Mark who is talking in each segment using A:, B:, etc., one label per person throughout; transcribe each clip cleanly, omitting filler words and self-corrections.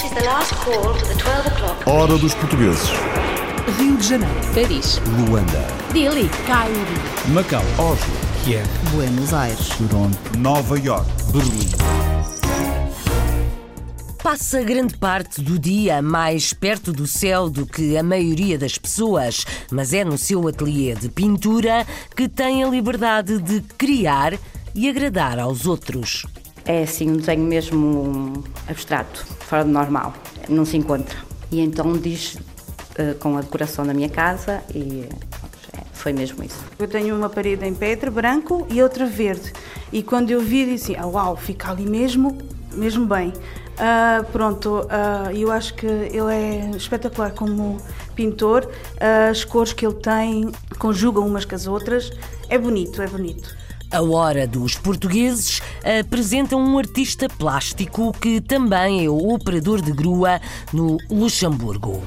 A: is the last call for the 12 o'clock.
B: Hora dos portugueses.
C: Rio de Janeiro,
D: Paris,
B: Luanda,
C: Dili, Cairo,
E: Macau,
B: Oslo,
E: Kiev,
C: Buenos Aires,
B: Toronto, Nova York, Berlim.
F: Passa grande parte do dia mais perto do céu do que a maioria das pessoas, mas é no seu ateliê de pintura que tem a liberdade de criar e agradar aos outros.
G: É assim um desenho mesmo abstrato, fora do normal, não se encontra. E então diz com a decoração da minha casa e foi mesmo isso.
H: Eu tenho uma parede em pedra, branco, e outra verde. E quando eu vi, disse assim, uau, fica ali mesmo bem. Eu acho que ele é espetacular como pintor. As cores que ele tem conjugam umas com as outras. É bonito, é bonito.
F: A Hora dos Portugueses apresenta um artista plástico que também é o operador de grua no Luxemburgo.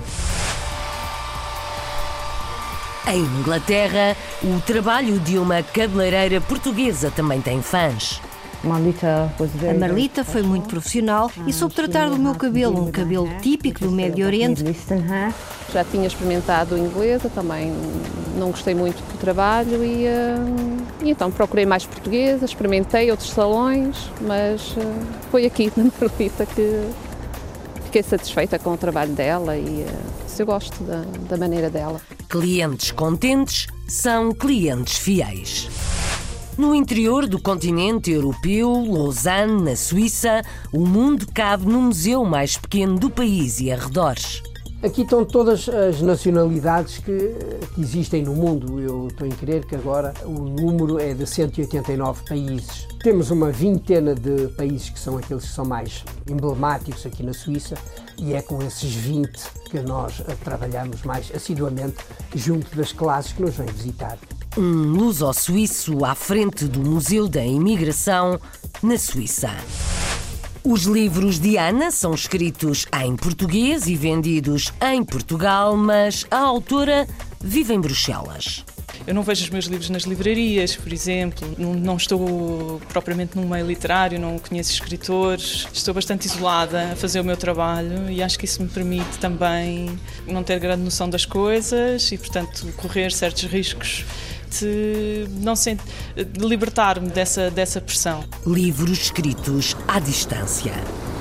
F: Em Inglaterra, o trabalho de uma cabeleireira portuguesa também tem fãs.
I: A Marlita foi muito profissional e soube tratar do meu cabelo, um cabelo típico do Médio Oriente.
D: já tinha experimentado inglesa, também não gostei muito do trabalho e então procurei mais portuguesa, experimentei outros salões, mas foi aqui na Marlita que fiquei satisfeita com o trabalho dela e eu gosto da maneira dela.
F: Clientes contentes são clientes fiéis. No interior do continente europeu, Lausanne, na Suíça, o mundo cabe no museu mais pequeno do país e arredores.
J: Aqui estão todas as nacionalidades que existem no mundo. Eu estou em crer que agora o número é de 189 países. Temos uma vintena de países que são aqueles que são mais emblemáticos aqui na Suíça e é com esses 20 que nós trabalhamos mais assiduamente junto das classes que nos vêm visitar.
F: Um luso-suíço à frente do Museu da Imigração, na Suíça. Os livros de Ana são escritos em português e vendidos em Portugal, mas a autora vive em Bruxelas.
K: Eu não vejo os meus livros nas livrarias, por exemplo, não estou propriamente num meio literário, não conheço escritores, estou bastante isolada a fazer o meu trabalho e acho que isso me permite também não ter grande noção das coisas e, portanto, correr certos riscos de libertar-me dessa pressão.
F: Livros escritos à distância.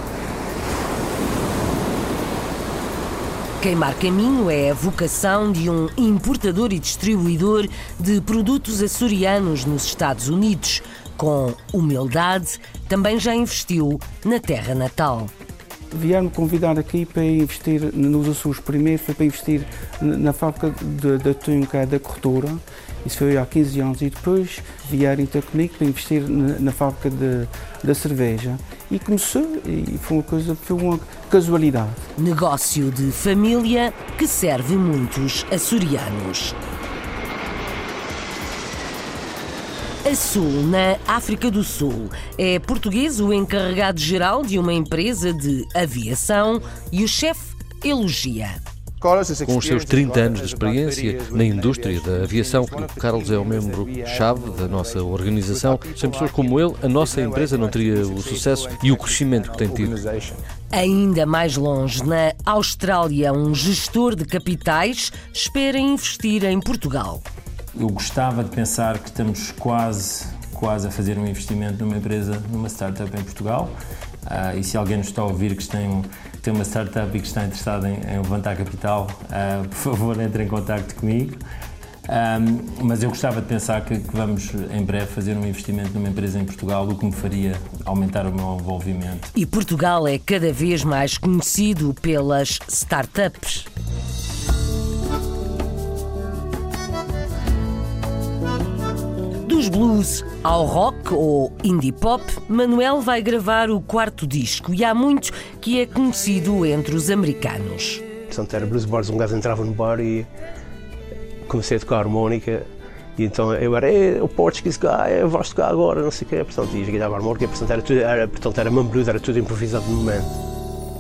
F: Queimar caminho é a vocação de um importador e distribuidor de produtos açorianos nos Estados Unidos. Com humildade, também já investiu na terra natal.
L: Vieram-me convidar aqui para investir nos Açores. Primeiro foi para investir na fábrica da Tunca da corretora, isso foi há 15 anos, e depois vieram ter comigo para investir na fábrica da cerveja. E começou, e foi uma casualidade.
F: Negócio de família que serve muitos açorianos. A Sul, na África do Sul, é português o encarregado-geral de uma empresa de aviação e o chefe elogia.
M: Com os seus 30 anos de experiência na indústria da aviação, o Carlos é um membro-chave da nossa organização. Sem pessoas como ele, a nossa empresa não teria o sucesso e o crescimento que tem tido.
F: Ainda mais longe, na Austrália, um gestor de capitais espera investir em Portugal.
N: Eu gostava de pensar que estamos quase a fazer um investimento numa empresa, numa startup em Portugal. E se alguém nos está a ouvir que tem uma startup e que está interessado em levantar capital, por favor, entre em contacto comigo. Mas eu gostava de pensar que vamos em breve fazer um investimento numa empresa em Portugal, o que me faria aumentar o meu envolvimento.
F: E Portugal é cada vez mais conhecido pelas startups. Dos blues ao rock ou indie pop, Manuel vai gravar o 4º disco e há muito que é conhecido entre os americanos.
O: Portanto, era blues bars, um gajo entrava no bar e comecei a tocar harmónica e então eu era o Portuguese guy, eu vou tocar agora, não sei o quê, portanto, e joguei a harmónica, portanto era mesmo blues, era tudo improvisado no momento.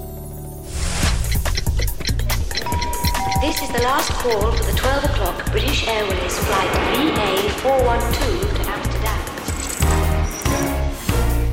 A: This is the last call for the 12 o'clock British Airways flight VA412 to Amsterdam.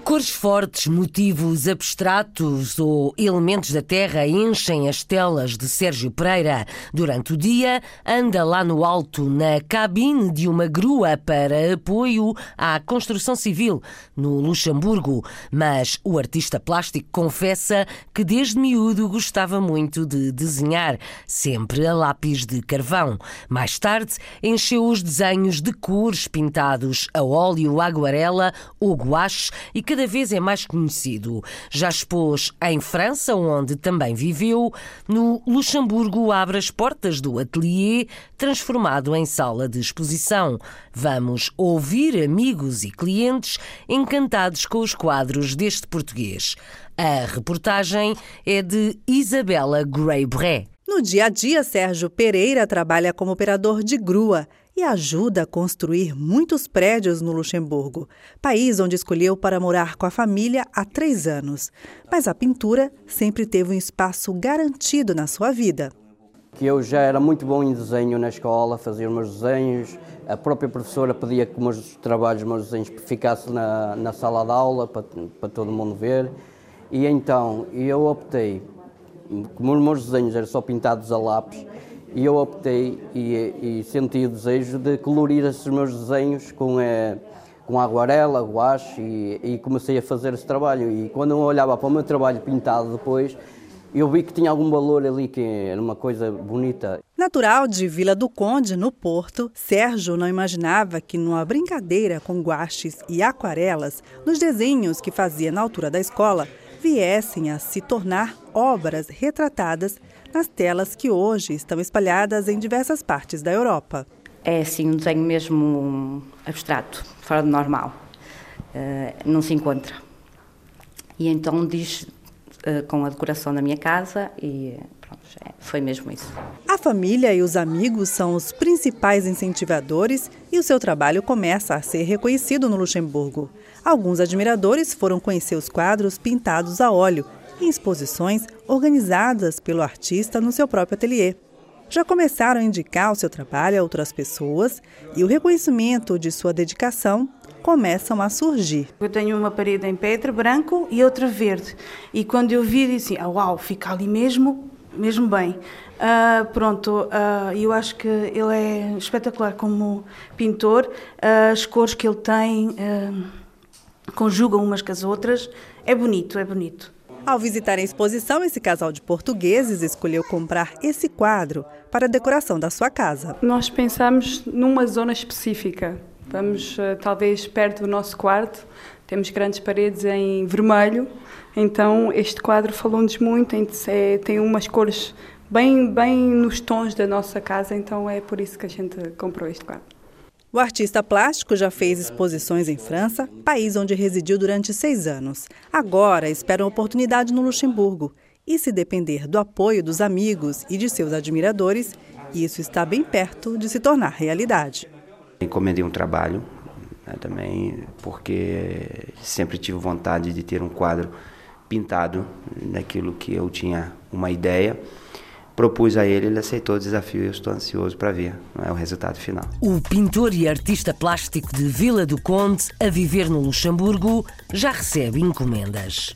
F: Cores fortes, motivos abstratos ou elementos da terra enchem as telas de Sérgio Pereira. Durante o dia, anda lá no alto, na cabine de uma grua para apoio à construção civil, no Luxemburgo. Mas o artista plástico confessa que desde miúdo gostava muito de desenhar, sempre a lápis de carvão. Mais tarde, encheu os desenhos de cores pintados a óleo, aguarela ou guache e cada vez é mais conhecido. Já expôs em França, onde também viveu. No Luxemburgo abre as portas do ateliê, transformado em sala de exposição. Vamos ouvir amigos e clientes encantados com os quadros deste português. A reportagem é de Isabela Gray-Bret.
E: No dia a dia, Sérgio Pereira trabalha como operador de grua e ajuda a construir muitos prédios no Luxemburgo, país onde escolheu para morar com a família há 3 anos. Mas a pintura sempre teve um espaço garantido na sua vida.
P: Que eu já era muito bom em desenho na escola, fazia os meus desenhos, a própria professora pedia que os meus desenhos ficassem na sala de aula para todo mundo ver. E então eu optei, como os meus desenhos eram só pintados a lápis, e eu optei e senti o desejo de colorir esses meus desenhos com aguarela, guache e comecei a fazer esse trabalho. E quando eu olhava para o meu trabalho pintado depois, eu vi que tinha algum valor ali, que era uma coisa bonita.
E: Natural de Vila do Conde, no Porto, Sérgio não imaginava que numa brincadeira com guaches e aquarelas, nos desenhos que fazia na altura da escola, viessem a se tornar obras retratadas nas telas que hoje estão espalhadas em diversas partes da Europa.
G: É assim um desenho mesmo abstrato, fora do normal, não se encontra. E então diz com a decoração da minha casa e pronto, foi mesmo isso.
E: A família e os amigos são os principais incentivadores e o seu trabalho começa a ser reconhecido no Luxemburgo. Alguns admiradores foram conhecer os quadros pintados a óleo em exposições organizadas pelo artista no seu próprio ateliê. Já começaram a indicar o seu trabalho a outras pessoas e o reconhecimento de sua dedicação começam a surgir.
H: Eu tenho uma parede em pedra, branco, e outra verde. E quando eu vi, disse, uau, fica ali mesmo bem. Eu acho que ele é espetacular como pintor. As cores que ele tem conjugam umas com as outras. É bonito, é bonito.
E: Ao visitar a exposição, esse casal de portugueses escolheu comprar esse quadro para a decoração da sua casa.
Q: Nós pensamos numa zona específica. Vamos talvez perto do nosso quarto, temos grandes paredes em vermelho, então este quadro falou-nos muito, tem umas cores bem nos tons da nossa casa, então é por isso que a gente comprou este quadro.
E: O artista plástico já fez exposições em França, país onde residiu durante 6 anos. Agora espera uma oportunidade no Luxemburgo e, se depender do apoio dos amigos e de seus admiradores, isso está bem perto de se tornar realidade.
R: Encomendei um trabalho, também, porque sempre tive vontade de ter um quadro pintado daquilo que eu tinha uma ideia. Propus a ele aceitou o desafio e eu estou ansioso para ver o resultado final.
F: O pintor e artista plástico de Vila do Conde, a viver no Luxemburgo, já recebe encomendas.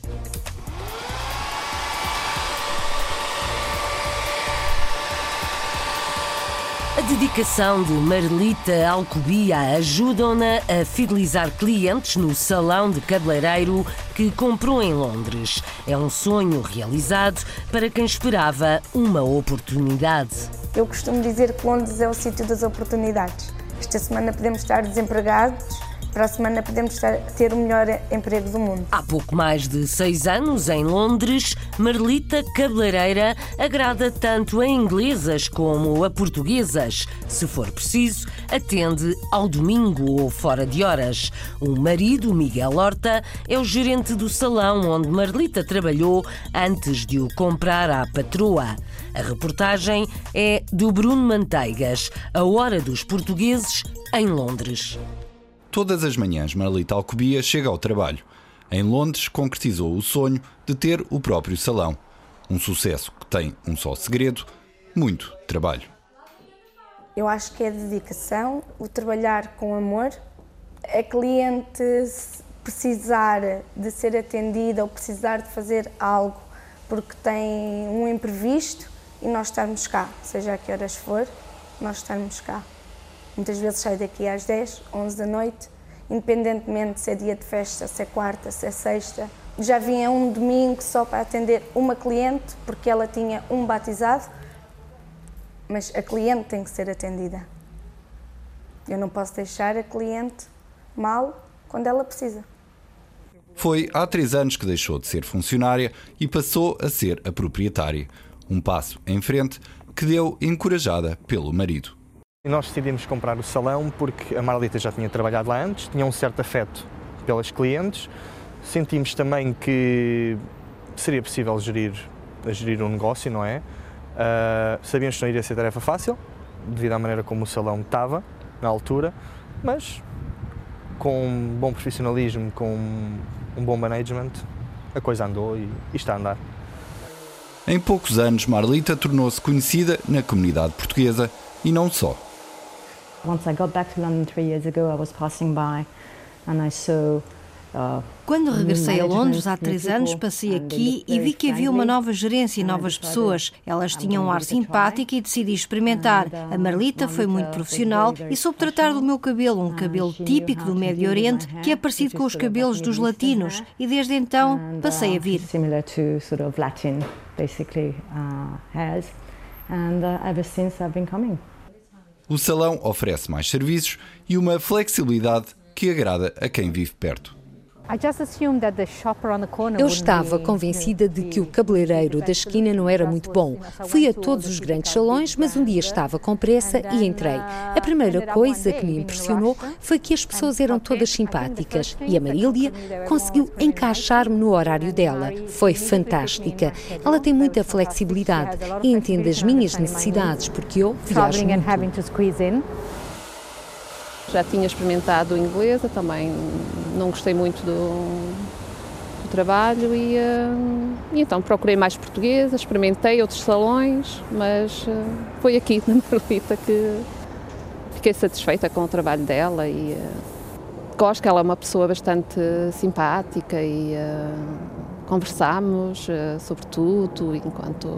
F: A dedicação de Marlita Alcubia ajuda-na a fidelizar clientes no salão de cabeleireiro que comprou em Londres. É um sonho realizado para quem esperava uma oportunidade.
S: Eu costumo dizer que Londres é o sítio das oportunidades. Esta semana podemos estar desempregados, para a semana podemos ter o melhor emprego do mundo.
F: Há pouco mais de 6 anos, em Londres, Marlita Cabeleireira agrada tanto a inglesas como a portuguesas. Se for preciso, atende ao domingo ou fora de horas. O marido, Miguel Horta, é o gerente do salão onde Marlita trabalhou antes de o comprar à patroa. A reportagem é do Bruno Manteigas, A Hora dos Portugueses, em Londres.
B: Todas as manhãs, Marlita Alcubia chega ao trabalho. Em Londres, concretizou o sonho de ter o próprio salão. Um sucesso que tem um só segredo: muito trabalho.
S: Eu acho que é a dedicação, o trabalhar com amor. A cliente precisar de ser atendida ou precisar de fazer algo porque tem um imprevisto e nós estarmos cá, seja a que horas for, nós estarmos cá. Muitas vezes saio daqui às 10, 11 da noite, independentemente se é dia de festa, se é quarta, se é sexta. Já vinha um domingo só para atender uma cliente porque ela tinha um batizado, mas a cliente tem que ser atendida. Eu não posso deixar a cliente mal quando ela precisa.
B: Foi há 3 anos que deixou de ser funcionária e passou a ser a proprietária. Um passo em frente que deu encorajada pelo marido.
T: Nós decidimos comprar o salão porque a Marlita já tinha trabalhado lá antes, tinha um certo afeto pelas clientes. Sentimos também que seria possível gerir um negócio, não é? Sabíamos que não iria ser tarefa fácil, devido à maneira como o salão estava na altura, mas com um bom profissionalismo, com um bom management, a coisa andou e está a andar.
B: Em poucos anos, Marlita tornou-se conhecida na comunidade portuguesa e não só.
U: Once I got back to London 3 years ago, I was passing by and I saw
I: Quando regressei a Londres há 3 anos, passei aqui e vi que havia uma nova gerência e novas pessoas. Elas tinham um ar simpático e decidi experimentar. A Marlita foi muito profissional e soube tratar do meu cabelo, um cabelo típico do Médio Oriente, que é parecido com os cabelos dos latinos. E desde então passei a vir.
B: O salão oferece mais serviços e uma flexibilidade que agrada a quem vive perto.
V: Eu estava convencida de que o cabeleireiro da esquina não era muito bom. Fui a todos os grandes salões, mas um dia estava com pressa e entrei. A primeira coisa que me impressionou foi que as pessoas eram todas simpáticas e a Marília conseguiu encaixar-me no horário dela. Foi fantástica. Ela tem muita flexibilidade e entende as minhas necessidades, porque eu viajo muito.
D: Já tinha experimentado inglesa, também não gostei muito do trabalho e então procurei mais portuguesa, experimentei outros salões, mas foi aqui na Marlita que fiquei satisfeita com o trabalho dela e gosto que ela é uma pessoa bastante simpática e conversámos sobre tudo enquanto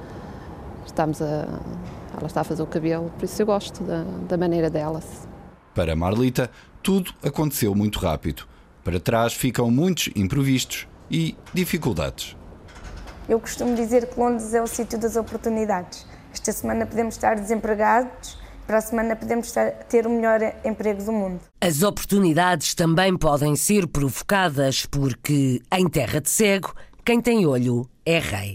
D: ela está a fazer o cabelo, por isso eu gosto da maneira dela.
B: Para Marlita, tudo aconteceu muito rápido. Para trás ficam muitos imprevistos e dificuldades.
S: Eu costumo dizer que Londres é o sítio das oportunidades. Esta semana podemos estar desempregados, para a semana podemos ter o melhor emprego do mundo.
F: As oportunidades também podem ser provocadas porque, em terra de cego, quem tem olho é rei.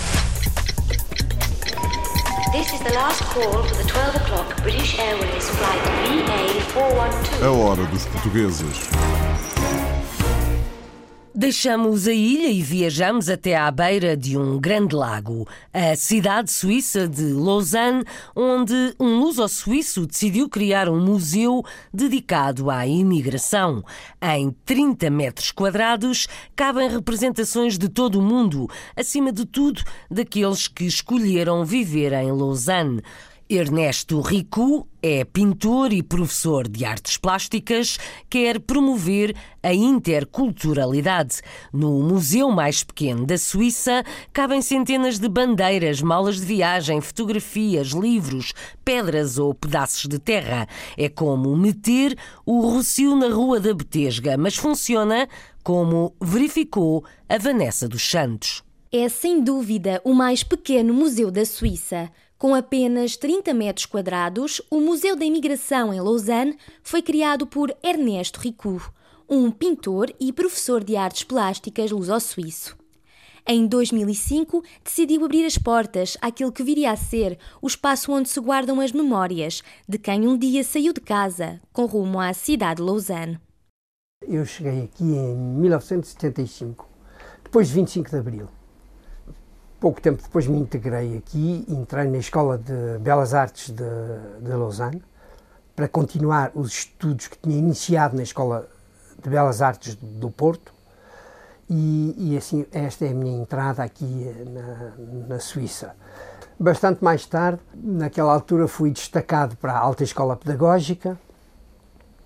A: This is the last call for the 12 o'clock British Airways flight VA412.
W: A hora dos portugueses.
F: Deixamos a ilha e viajamos até à beira de um grande lago, a cidade suíça de Lausanne, onde um luso-suíço decidiu criar um museu dedicado à imigração. Em 30 metros quadrados cabem representações de todo o mundo, acima de tudo daqueles que escolheram viver em Lausanne. Ernesto Ricou é pintor e professor de artes plásticas, quer promover a interculturalidade. No museu mais pequeno da Suíça cabem centenas de bandeiras, malas de viagem, fotografias, livros, pedras ou pedaços de terra. É como meter o Rossio na Rua da Betesga, mas funciona como verificou a Vanessa dos Santos.
X: É sem dúvida o mais pequeno museu da Suíça. Com apenas 30 metros quadrados, o Museu da Imigração em Lausanne foi criado por Ernesto Ricou, um pintor e professor de artes plásticas luso-suíço. Em 2005, decidiu abrir as portas àquele que viria a ser o espaço onde se guardam as memórias de quem um dia saiu de casa com rumo à cidade de Lausanne.
J: Eu cheguei aqui em 1975, depois de 25 de Abril. Pouco tempo depois me integrei aqui, entrei na Escola de Belas Artes de Lausanne para continuar os estudos que tinha iniciado na Escola de Belas Artes do Porto e assim esta é a minha entrada aqui na Suíça. Bastante mais tarde, naquela altura fui destacado para a Alta Escola Pedagógica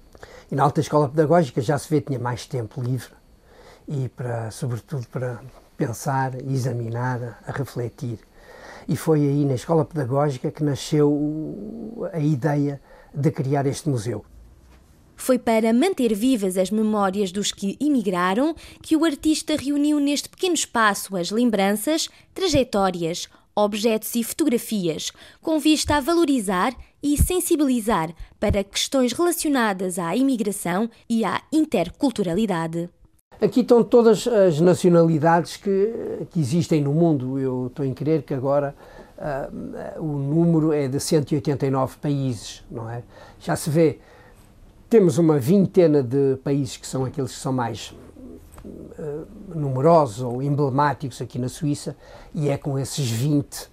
J: E na Alta Escola Pedagógica já se vê que tinha mais tempo livre e, sobretudo, para pensar, examinar, a refletir. E foi aí na Escola Pedagógica que nasceu a ideia de criar este museu.
X: Foi para manter vivas as memórias dos que emigraram que o artista reuniu neste pequeno espaço as lembranças, trajetórias, objetos e fotografias, com vista a valorizar e sensibilizar para questões relacionadas à imigração e à interculturalidade.
J: Aqui estão todas as nacionalidades que existem no mundo. Eu estou em crer que agora o número é de 189 países, não é? Já se vê. Temos uma vintena de países que são aqueles que são mais numerosos ou emblemáticos aqui na Suíça, e é com essas 20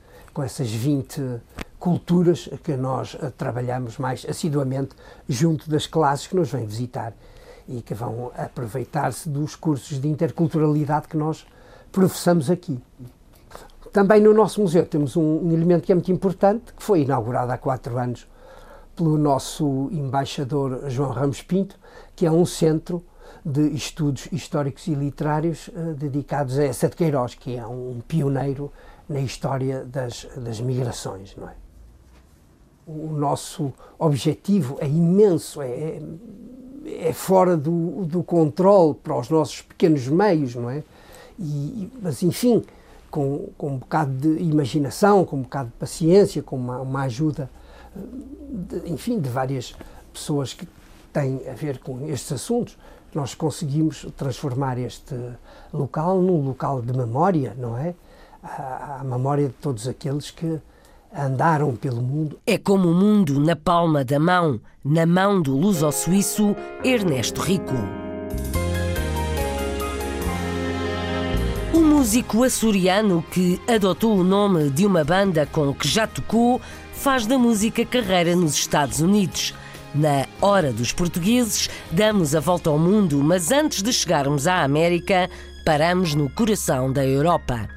J: culturas que nós trabalhamos mais assiduamente junto das classes que nos vêm visitar e que vão aproveitar-se dos cursos de interculturalidade que nós professamos aqui. Também no nosso museu temos um elemento que é muito importante, que foi inaugurado há 4 anos pelo nosso embaixador João Ramos Pinto, que é um centro de estudos históricos e literários dedicados a Essa de Queiroz, que é um pioneiro na história das migrações, não é? O nosso objetivo é imenso, é fora do controle para os nossos pequenos meios, não é? Mas, enfim, com um bocado de imaginação, com um bocado de paciência, com uma ajuda de várias pessoas que têm a ver com estes assuntos, nós conseguimos transformar este local num local de memória, não é? A memória de todos aqueles que andaram pelo mundo.
F: É como o mundo na palma da mão, na mão do luso-suíço Ernesto Rico. O músico açoriano que adotou o nome de uma banda com que já tocou faz da música carreira nos Estados Unidos. Na Hora dos Portugueses, damos a volta ao mundo, mas antes de chegarmos à América, paramos no coração da Europa.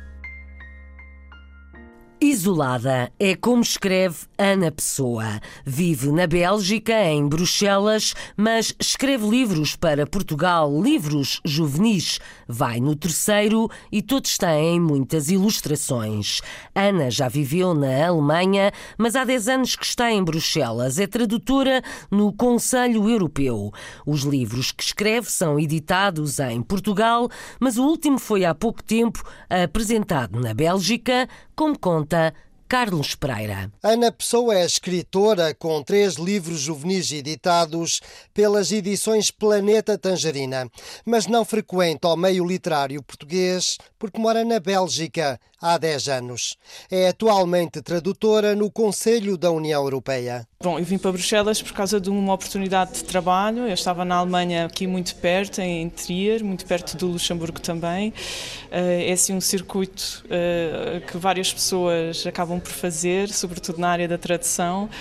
F: Isolada é como escreve Ana Pessoa. Vive na Bélgica, em Bruxelas, mas escreve livros para Portugal, livros juvenis. Vai no 3º e todos têm muitas ilustrações. Ana já viveu na Alemanha, mas há 10 anos que está em Bruxelas. É tradutora no Conselho Europeu. Os livros que escreve são editados em Portugal, mas o último foi há pouco tempo apresentado na Bélgica, como conta Carlos Pereira.
C: Ana Pessoa é escritora com 3 livros juvenis editados pelas edições Planeta Tangerina, mas não frequenta o meio literário português porque mora na Bélgica há 10 anos. É atualmente tradutora no Conselho da União Europeia.
K: Bom, eu vim para Bruxelas por causa de uma oportunidade de trabalho. Eu estava na Alemanha, aqui muito perto, em Trier, muito perto do Luxemburgo também. É assim um circuito que várias pessoas acabam por fazer, sobretudo na área da tradução.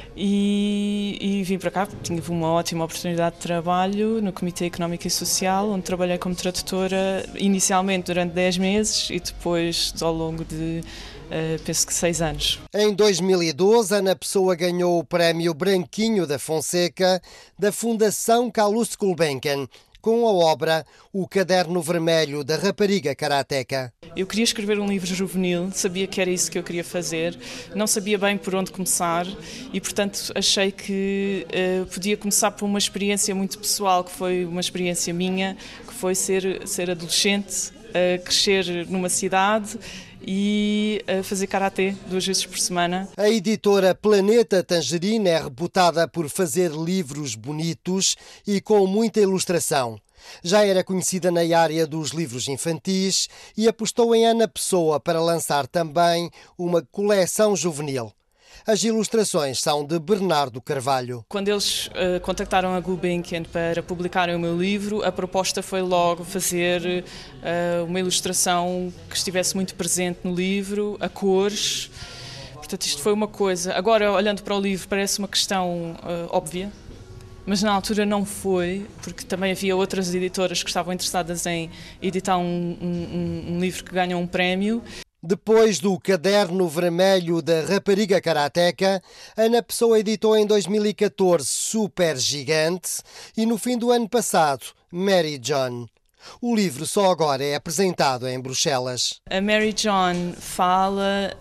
K: E vim para cá, tive uma ótima oportunidade de trabalho no Comitê Económico e Social, onde trabalhei como tradutora inicialmente durante 10 meses e depois ao longo de, penso que 6 anos.
C: Em 2012, Ana Pessoa ganhou o prémio Branquinho da Fonseca da Fundação Calouste Gulbenkian, com a obra O Caderno Vermelho da Rapariga Karateca.
K: Eu queria escrever um livro juvenil, sabia que era isso que eu queria fazer, não sabia bem por onde começar e, portanto, achei que podia começar por uma experiência muito pessoal, que foi uma experiência minha, que foi ser adolescente, crescer numa cidade e fazer karatê 2 vezes por semana.
C: A editora Planeta Tangerina é reputada por fazer livros bonitos e com muita ilustração. Já era conhecida na área dos livros infantis e apostou em Ana Pessoa para lançar também uma coleção juvenil. As ilustrações são de Bernardo Carvalho.
K: Quando eles contactaram a Gulbenkian para publicarem o meu livro, a proposta foi logo fazer uma ilustração que estivesse muito presente no livro, a cores. Portanto, isto foi uma coisa. Agora, olhando para o livro, parece uma questão óbvia, mas na altura não foi, porque também havia outras editoras que estavam interessadas em editar um livro que ganhou um prémio.
C: Depois do Caderno Vermelho da Rapariga Karateca, Ana Pessoa editou em 2014 Super Gigante e no fim do ano passado Mary John. O livro só agora é apresentado em Bruxelas.
K: A Mary John fala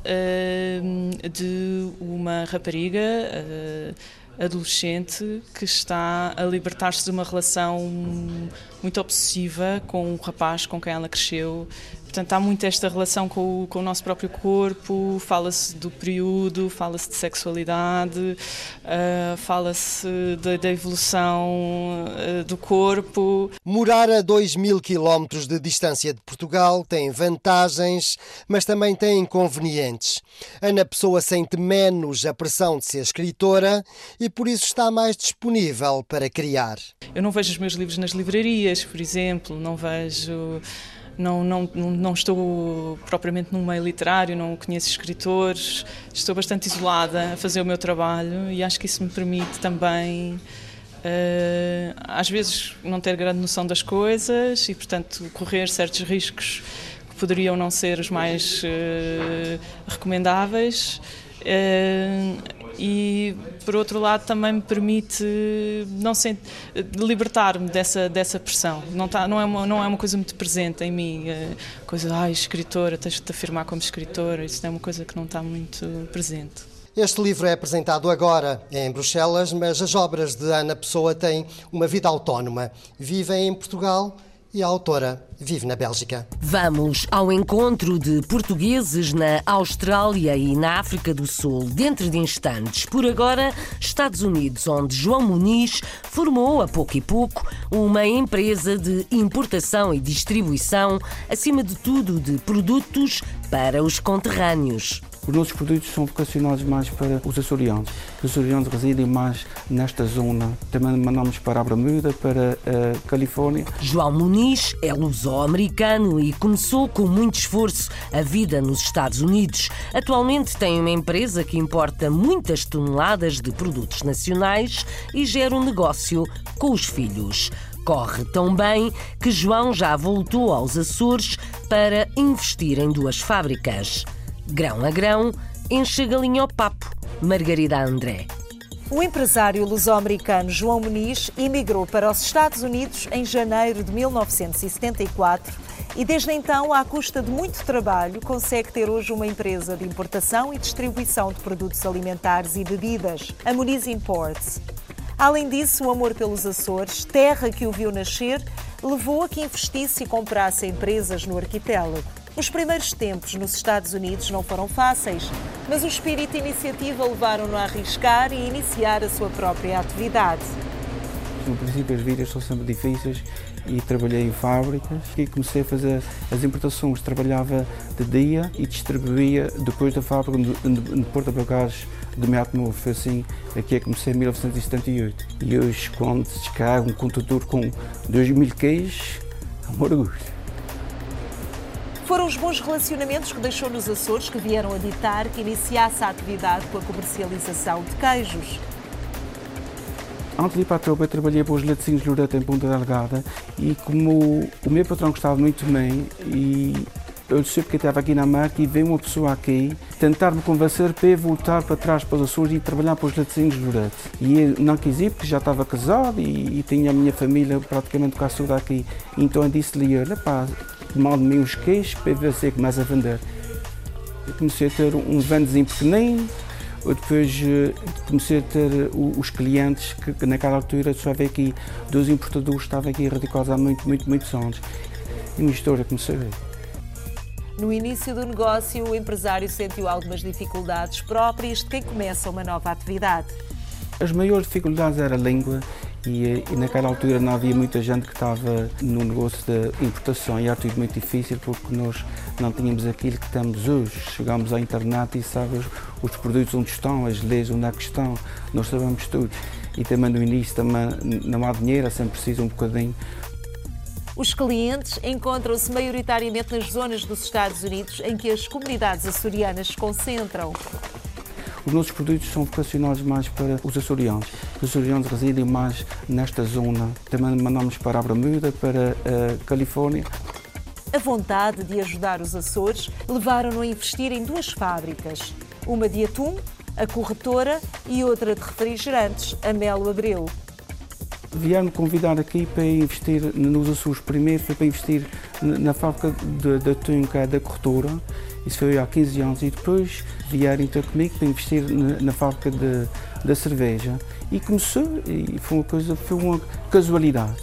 K: de uma rapariga adolescente que está a libertar-se de uma relação muito obsessiva com um rapaz com quem ela cresceu. Portanto, há muito esta relação com o nosso próprio corpo, fala-se do período, fala-se de sexualidade, fala-se da evolução do corpo.
C: Morar a 2.000 quilómetros de distância de Portugal tem vantagens, mas também tem inconvenientes. Ana Pessoa sente menos a pressão de ser escritora e por isso está mais disponível para criar.
K: Eu não vejo os meus livros nas livrarias, por exemplo, não vejo... Não estou propriamente num meio literário, não conheço escritores, estou bastante isolada a fazer o meu trabalho e acho que isso me permite também, às vezes, não ter grande noção das coisas e, portanto, correr certos riscos que poderiam não ser os mais recomendáveis. E, por outro lado, também me permite libertar-me dessa pressão. Não é uma coisa muito presente em mim, escritora, tens de te afirmar como escritora, isso é uma coisa que não está muito presente.
C: Este livro é apresentado agora em Bruxelas, mas as obras de Ana Pessoa têm uma vida autónoma. Vivem em Portugal e a autora vive na Bélgica.
F: Vamos ao encontro de portugueses na Austrália e na África do Sul, dentro de instantes. Por agora, Estados Unidos, onde João Muniz formou, a pouco e pouco, uma empresa de importação e distribuição, acima de tudo de produtos para os conterrâneos.
L: Os nossos produtos são vocacionados mais para os açorianos. Os açorianos residem mais nesta zona. Também mandamos para a Bermuda, para a Califórnia.
F: João Muniz é luso-americano e começou com muito esforço a vida nos Estados Unidos. Atualmente tem uma empresa que importa muitas toneladas de produtos nacionais e gera um negócio com os filhos. Corre tão bem que João já voltou aos Açores para investir em 2 fábricas. Grão a grão, enche a galinha ao papo. Margarida André.
M: O empresário luso-americano João Muniz emigrou para os Estados Unidos em janeiro de 1974 e desde então, à custa de muito trabalho, consegue ter hoje uma empresa de importação e distribuição de produtos alimentares e bebidas, a Muniz Imports. Além disso, o amor pelos Açores, terra que o viu nascer, levou a que investisse e comprasse empresas no arquipélago. Os primeiros tempos nos Estados Unidos não foram fáceis, mas o espírito e a iniciativa levaram-no a arriscar e iniciar a sua própria atividade.
L: No princípio as vidas são sempre difíceis e trabalhei em fábricas e comecei a fazer as importações. Trabalhava de dia e distribuía depois da fábrica no Porto Bagagens do Meato Novo. Foi assim que eu comecei em 1978. E hoje, quando se descarrega um contentor com 2.000 queijos, é um orgulho.
M: Foram os bons relacionamentos que deixou nos Açores que vieram a ditar que iniciasse a atividade com a comercialização de queijos.
L: Antes de ir para a tropa, eu trabalhei para os Laticínios Loreto em Ponta Delgada e como o meu patrão gostava muito de mim e eu soube que eu estava aqui na marca e veio uma pessoa aqui tentar me convencer para eu voltar para trás para os Açores e trabalhar para os Laticínios Loreto. E eu não quis ir porque já estava casado e tinha a minha família praticamente quase toda aqui. Então eu disse-lhe, olha pá, mande-me uns queijos para ver se eu começo a vender. Eu comecei a ter um vendezinho pequenino, depois comecei a ter os clientes que naquela altura só havia aqui 2 importadores que estavam aqui radicados há muitos anos. E uma história comecei a ver.
M: No início do negócio, o empresário sentiu algumas dificuldades próprias de quem começa uma nova atividade.
L: As maiores dificuldades era a língua e naquela altura não havia muita gente que estava no negócio de importação e era tudo muito difícil porque nós não tínhamos aquilo que temos hoje. Chegámos à internet e sabes os produtos onde estão, as leis onde é que estão, nós sabemos tudo. E também no início também não há dinheiro, é sempre preciso um bocadinho.
M: Os clientes encontram-se maioritariamente nas zonas dos Estados Unidos em que as comunidades açorianas se concentram.
L: Os nossos produtos são vocacionados mais para os açorianos. Os açorianos residem mais nesta zona. Também mandamos para a Bermuda, para a Califórnia.
M: A vontade de ajudar os Açores levaram-no a investir em 2 fábricas, uma de atum, a corretora, e outra de refrigerantes, a Melo Abreu.
L: Vieram-me convidar aqui para investir nos Açores. Primeiro foi para investir na fábrica de atum, que é da corretora. Isso foi há 15 anos. E depois vieram então comigo para investir na fábrica da cerveja. E começou, e foi uma casualidade.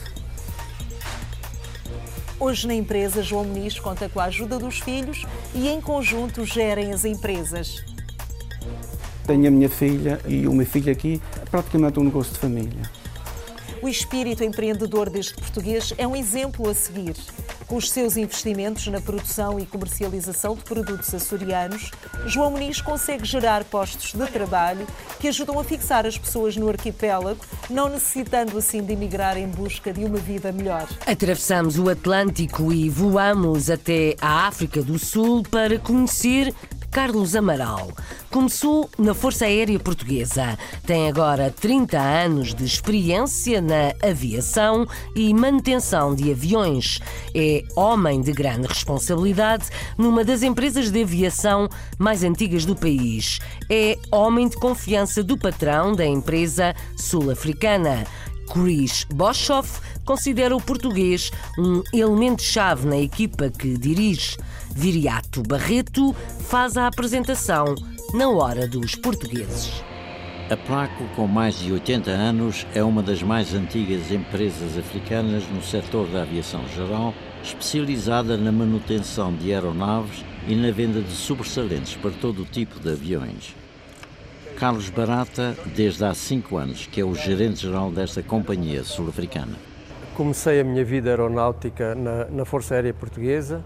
M: Hoje na empresa, João Muniz conta com a ajuda dos filhos e em conjunto gerem as empresas.
L: Tenho a minha filha e o meu filho aqui, praticamente um negócio de família.
M: O espírito empreendedor deste português é um exemplo a seguir. Com os seus investimentos na produção e comercialização de produtos açorianos, João Muniz consegue gerar postos de trabalho que ajudam a fixar as pessoas no arquipélago, não necessitando assim de emigrar em busca de uma vida melhor.
F: Atravessamos o Atlântico e voamos até a África do Sul para conhecer Carlos Amaral. Começou na Força Aérea Portuguesa. Tem agora 30 anos de experiência na aviação e manutenção de aviões. É homem de grande responsabilidade numa das empresas de aviação mais antigas do país. É homem de confiança do patrão da empresa sul-africana. Chris Boshoff considera o português um elemento-chave na equipa que dirige. Viriato Barreto faz a apresentação na hora dos portugueses.
G: A Placo, com mais de 80 anos, é uma das mais antigas empresas africanas no setor da aviação geral, especializada na manutenção de aeronaves e na venda de sobressalentes para todo o tipo de aviões. Carlos Barata, desde há 5 anos, que é o gerente-geral desta companhia sul-africana.
N: Comecei a minha vida aeronáutica na Força Aérea Portuguesa,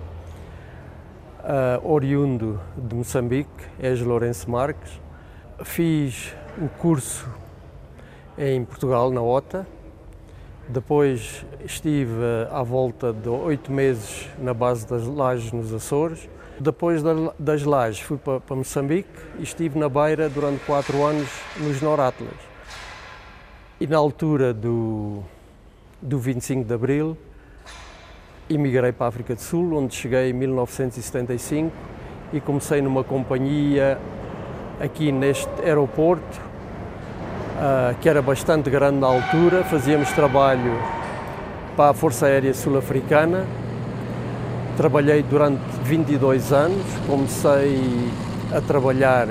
N: oriundo de Moçambique, és Lourenço Marques. Fiz o curso em Portugal, na OTA. Depois estive à volta de 8 meses na base das Lajes, nos Açores. Depois das Lajes fui para Moçambique e estive na Beira durante 4 anos nos Noratlas. E na altura do 25 de Abril emigrei para a África do Sul, onde cheguei em 1975 e comecei numa companhia aqui neste aeroporto, que era bastante grande na altura. Fazíamos trabalho para a Força Aérea Sul-Africana. Trabalhei durante 22 anos, comecei a trabalhar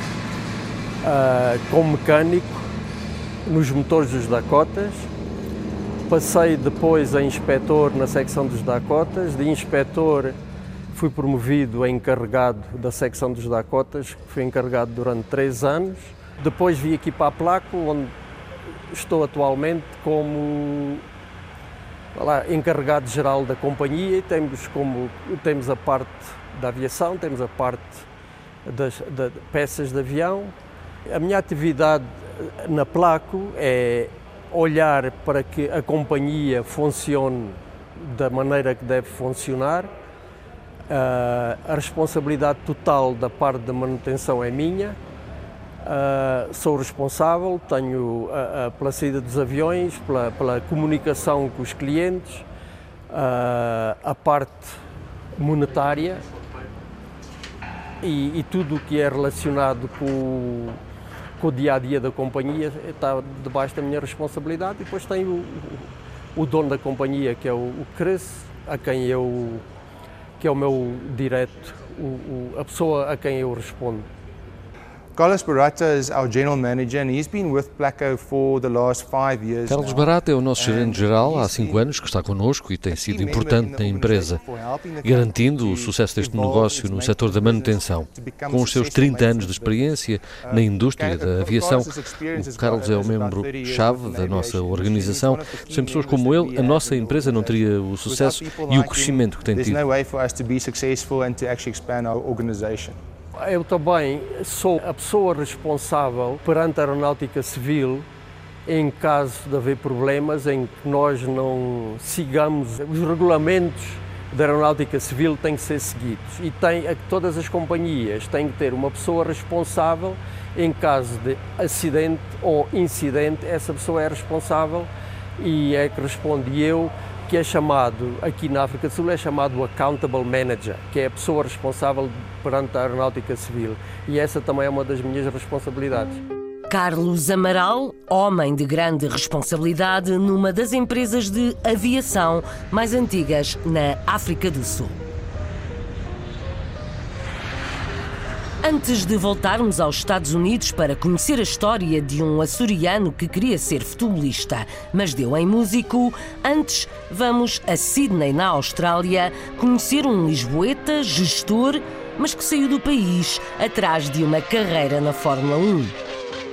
N: como mecânico nos motores dos Dakotas. Passei depois a inspetor na secção dos Dakotas. De inspetor fui promovido a encarregado da secção dos Dakotas, fui encarregado durante 3 anos. Depois vim aqui para a Placo, onde estou atualmente como encarregado geral da companhia. Temos a parte da aviação, temos a parte das peças de avião. A minha atividade na Placo é olhar para que a companhia funcione da maneira que deve funcionar. A responsabilidade total da parte da manutenção é minha. Sou responsável, tenho pela saída dos aviões, pela comunicação com os clientes, a parte monetária e tudo o que é relacionado com o dia-a-dia da companhia está debaixo da minha responsabilidade. E depois tenho o dono da companhia, que é o Chris, que é o meu direto, a pessoa a quem eu respondo.
O: Carlos Barata is our general manager and he's been with Placo for the last 5 years.
P: Carlos Barata é o nosso gerente-geral há 5 anos que está connosco e tem sido importante na empresa, garantindo o sucesso deste negócio no setor da manutenção. Com os seus 30 anos de experiência na indústria da aviação, o Carlos é o membro-chave da nossa organização. Sem pessoas como ele, a nossa empresa não teria o sucesso e o crescimento que tem tido.
N: Eu também sou a pessoa responsável perante a Aeronáutica Civil em caso de haver problemas em que nós não sigamos os regulamentos da Aeronáutica Civil, têm que ser seguidos e todas as companhias têm que ter uma pessoa responsável em caso de acidente ou incidente. Essa pessoa é responsável e é que responde. E eu que é chamado, aqui na África do Sul, é chamado Accountable Manager, que é a pessoa responsável perante a aeronáutica civil. E essa também é uma das minhas responsabilidades.
F: Carlos Amaral, homem de grande responsabilidade numa das empresas de aviação mais antigas na África do Sul. Antes de voltarmos aos Estados Unidos para conhecer a história de um açoriano que queria ser futebolista, mas deu em músico, antes vamos a Sydney, na Austrália, conhecer um lisboeta, gestor, mas que saiu do país atrás de uma carreira na Fórmula 1.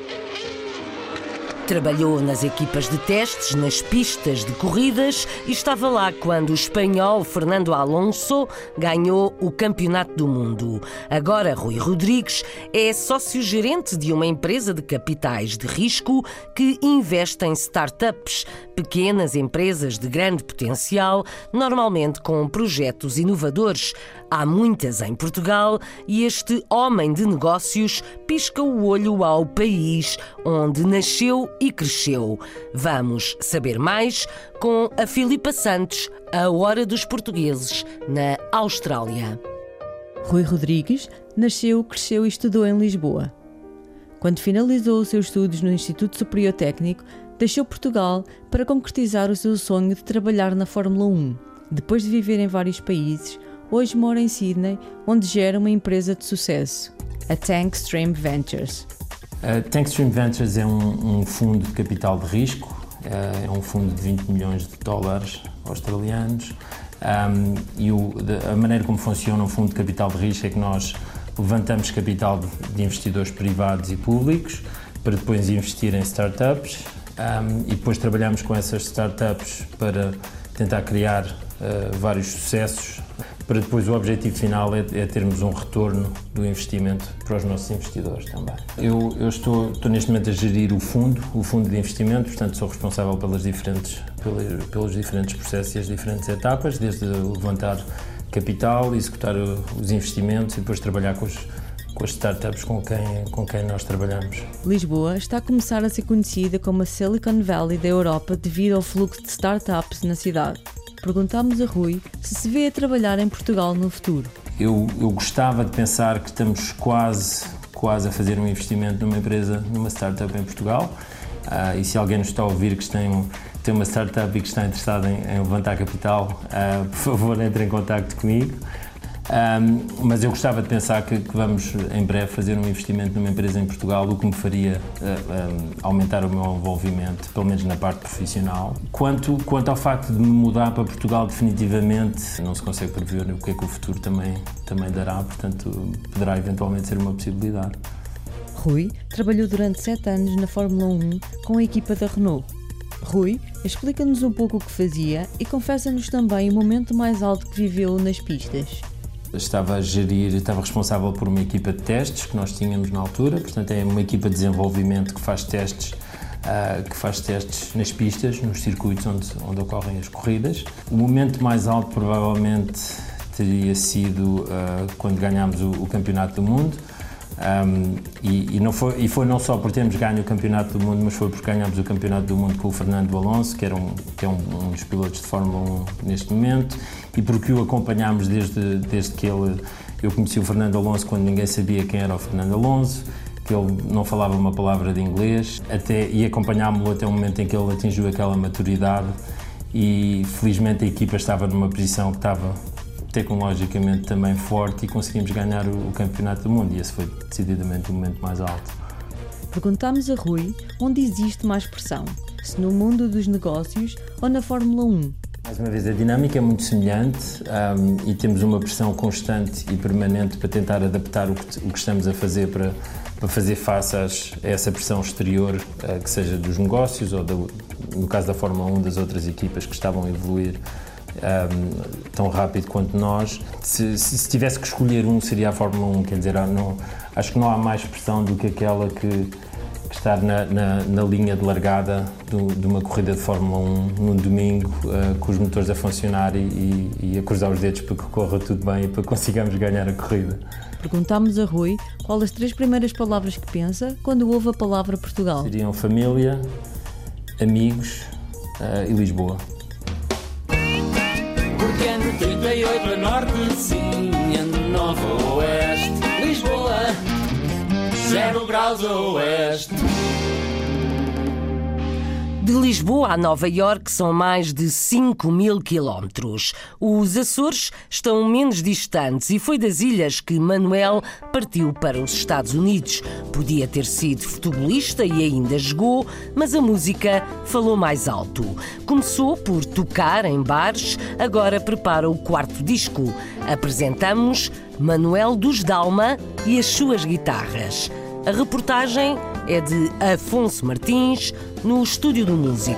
F: Trabalhou nas equipas de testes, nas pistas de corridas e estava lá quando o espanhol Fernando Alonso ganhou o Campeonato do Mundo. Agora, Rui Rodrigues é sócio-gerente de uma empresa de capitais de risco que investe em startups, pequenas empresas de grande potencial, normalmente com projetos inovadores. Há muitas em Portugal e este homem de negócios pisca o olho ao país onde nasceu e cresceu. Vamos saber mais com a Filipa Santos, a Hora dos Portugueses, na Austrália.
E: Rui Rodrigues nasceu, cresceu e estudou em Lisboa. Quando finalizou os seus estudos no Instituto Superior Técnico, deixou Portugal para concretizar o seu sonho de trabalhar na Fórmula 1. Depois de viver em vários países, hoje mora em Sydney, onde gera uma empresa de sucesso, a Tankstream Ventures.
H: A Tankstream Ventures é um fundo de capital de risco, é um fundo de 20 milhões de dólares australianos e a maneira como funciona um fundo de capital de risco é que nós levantamos capital de investidores privados e públicos para depois investir em startups e depois trabalhamos com essas startups para tentar criar vários sucessos, para depois o objetivo final é termos um retorno do investimento para os nossos investidores também. Eu estou neste momento a gerir o fundo de investimento, portanto sou responsável pelos diferentes processos e as diferentes etapas, desde levantar capital, executar os investimentos e depois trabalhar com as startups com quem nós trabalhamos.
E: Lisboa está a começar a ser conhecida como a Silicon Valley da Europa devido ao fluxo de startups na cidade. Perguntámos a Rui se vê a trabalhar em Portugal no futuro.
H: Eu gostava de pensar que estamos quase a fazer um investimento numa startup em Portugal. E se alguém nos está a ouvir que tem uma startup e que está interessado em levantar capital, por favor, entre em contacto comigo. Mas eu gostava de pensar que vamos em breve fazer um investimento numa empresa em Portugal, o que me faria aumentar o meu envolvimento, pelo menos na parte profissional. Quanto ao facto de me mudar para Portugal definitivamente, não se consegue prever o que é que o futuro também dará, portanto poderá eventualmente ser uma possibilidade.
E: Rui trabalhou durante 7 anos na Fórmula 1 com a equipa da Renault. Rui explica-nos um pouco o que fazia e confessa-nos também o momento mais alto que viveu nas pistas.
H: Estava responsável por uma equipa de testes que nós tínhamos na altura, portanto é uma equipa de desenvolvimento que faz testes nas pistas, nos circuitos onde ocorrem as corridas. O momento mais alto provavelmente teria sido quando ganhámos o Campeonato do Mundo. E foi não só por termos ganho o Campeonato do Mundo, mas foi porque ganhámos o Campeonato do Mundo com o Fernando Alonso, que é um dos pilotos de Fórmula 1 neste momento, e porque o acompanhámos desde que eu conheci o Fernando Alonso quando ninguém sabia quem era o Fernando Alonso, que ele não falava uma palavra de inglês, e acompanhámo-lo até o momento em que ele atingiu aquela maturidade e felizmente a equipa estava numa posição que estava tecnologicamente também forte e conseguimos ganhar o Campeonato do Mundo e esse foi decididamente o momento mais alto.
E: Perguntámos a Rui onde existe mais pressão, se no mundo dos negócios ou na Fórmula 1.
H: Mais uma vez, a dinâmica é muito semelhante e temos uma pressão constante e permanente para tentar adaptar o que estamos a fazer para fazer face a essa pressão exterior, que seja dos negócios ou, no caso da Fórmula 1, das outras equipas que estavam a evoluir tão rápido quanto nós. Se tivesse que escolher seria a Fórmula 1, quer dizer, acho que não há mais pressão do que aquela que estar na linha de largada de uma corrida de Fórmula 1 num domingo, com os motores a funcionar e a cruzar os dedos para que corra tudo bem e para que consigamos ganhar a corrida.
E: Perguntámos a Rui qual as 3 primeiras palavras que pensa quando ouve a palavra Portugal.
H: Seriam família, amigos e Lisboa.
Q: porque ando 38 a norte, sim, ando 9 a oeste. Lisboa, 0 graus a oeste.
F: De Lisboa a Nova Iorque são mais de 5.000 quilómetros. Os Açores estão menos distantes e foi das ilhas que Manuel partiu para os Estados Unidos. Podia ter sido futebolista e ainda jogou, mas a música falou mais alto. Começou por tocar em bares, agora prepara o 4º disco. Apresentamos Manuel dos Dalma e as suas guitarras. A reportagem é de Afonso Martins, no Estúdio do Músico.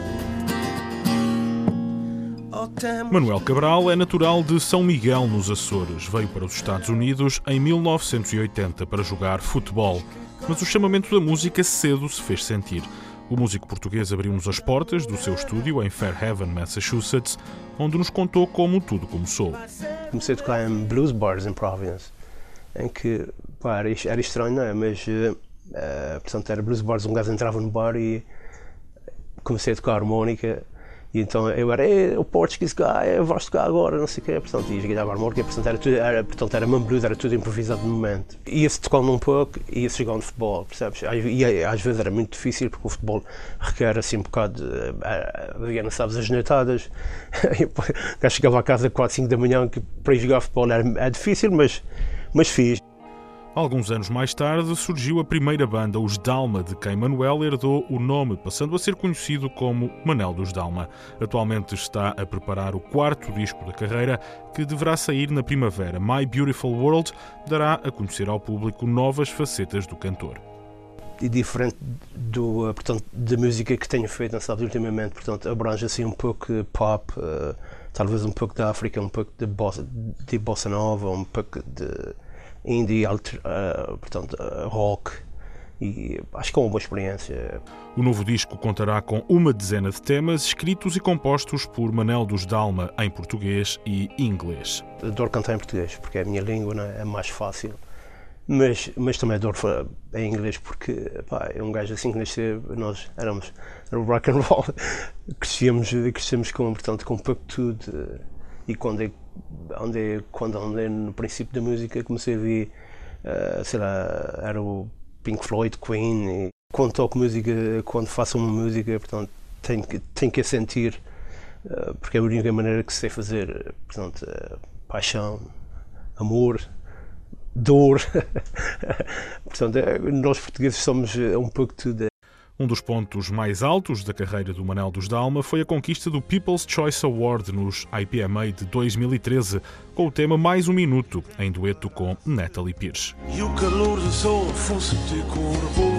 R: Manuel Cabral é natural de São Miguel, nos Açores. Veio para os Estados Unidos em 1980 para jogar futebol. Mas o chamamento da música cedo se fez sentir. O músico português abriu-nos as portas do seu estúdio em Fairhaven, Massachusetts, onde nos contou como tudo começou.
T: Comecei a tocar em blues bars em Providence, em que era estranho, não é? Mas portanto era blues bars, um gajo entrava no bar e comecei a tocar harmónica, e então eu era o Portuguese guy, vais tocar agora, não sei o quê, portanto, e joguei a harmónica, portanto era mesmo blues, era tudo improvisado no momento. Ia-se tocando um pouco e ia-se jogando futebol, percebes? E às vezes era muito difícil, porque o futebol requer assim um bocado não sabes, as noitadas. Eu chegava a casa 4, 5 da manhã, que para ir jogar futebol é difícil, mas fiz.
R: Alguns anos mais tarde surgiu a primeira banda, os Dalma, de quem Manuel herdou o nome, passando a ser conhecido como Manel dos Dalma. Atualmente está a preparar o 4º disco da carreira, que deverá sair na primavera. My Beautiful World dará a conhecer ao público novas facetas do cantor.
T: E diferente portanto, da música que tenho feito, sabe, ultimamente, portanto, abrange assim um pouco de pop, talvez um pouco da África, um pouco de bossa nova, um pouco de indie, portanto, rock, e acho que é uma boa experiência.
R: O novo disco contará com uma dezena de temas escritos e compostos por Manel dos Dalma em português e inglês.
T: Adoro cantar em português, porque é a minha língua, não é? É mais fácil, mas também adoro em inglês, porque é um gajo assim que nasceu, nós éramos rock and roll, crescemos com, portanto, com um pouco de tudo, e quando andei no princípio da música, comecei a ver, sei lá, era o Pink Floyd, Queen, e quando toco música, quando faço uma música, portanto, tenho que a sentir, porque é a única maneira que sei fazer, portanto, paixão, amor, dor. Portanto, nós portugueses somos um pouco tudo.
R: Um dos pontos mais altos da carreira do Manel dos Dalma foi a conquista do People's Choice Award nos IPMA de 2013, com o tema Mais um Minuto, em dueto com Natalie Pierce.
U: E o calor do sol fosse teu corpo,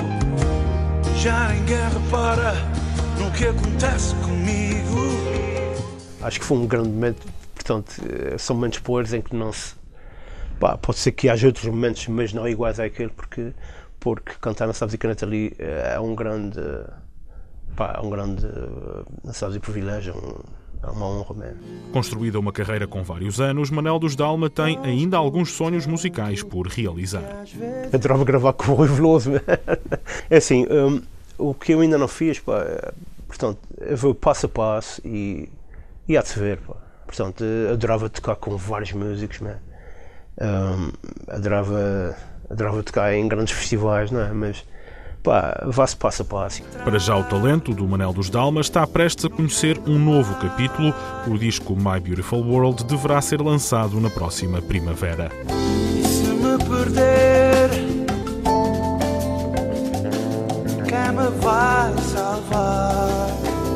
U: já ninguém repara no que acontece comigo.
T: Acho que foi um grande momento, portanto, são momentos poeiros em que não se... pode ser que haja outros momentos, mas não iguais àquele, porque cantar na Sabes e Natalie é um grande, não sabes, privilégio, é uma honra mesmo.
R: Construída uma carreira com vários anos, Manel dos Dalma tem ainda alguns sonhos musicais por realizar.
T: Adorava gravar com o Rui Veloso. É assim, o que eu ainda não fiz, portanto, eu vou passo a passo e há de se ver. Portanto, adorava tocar com vários músicos, adorava tocar em grandes festivais, não é? Mas vá-se passo a passo.
R: Para já, o talento do Manel dos Dalma está prestes a conhecer um novo capítulo. O disco My Beautiful World deverá ser lançado na próxima primavera.
U: E se me perder, quem me vai salvar?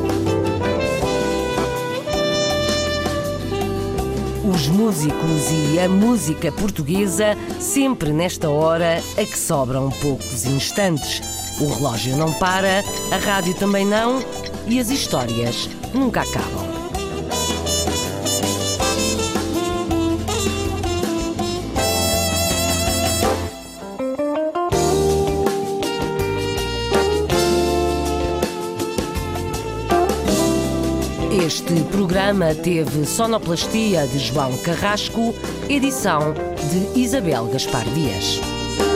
F: Os músicos e a música portuguesa, sempre nesta hora a que sobram poucos instantes. O relógio não para, a rádio também não, e as histórias nunca acabam. Este programa teve sonoplastia de João Carrasco, edição de Isabel Gaspar Dias.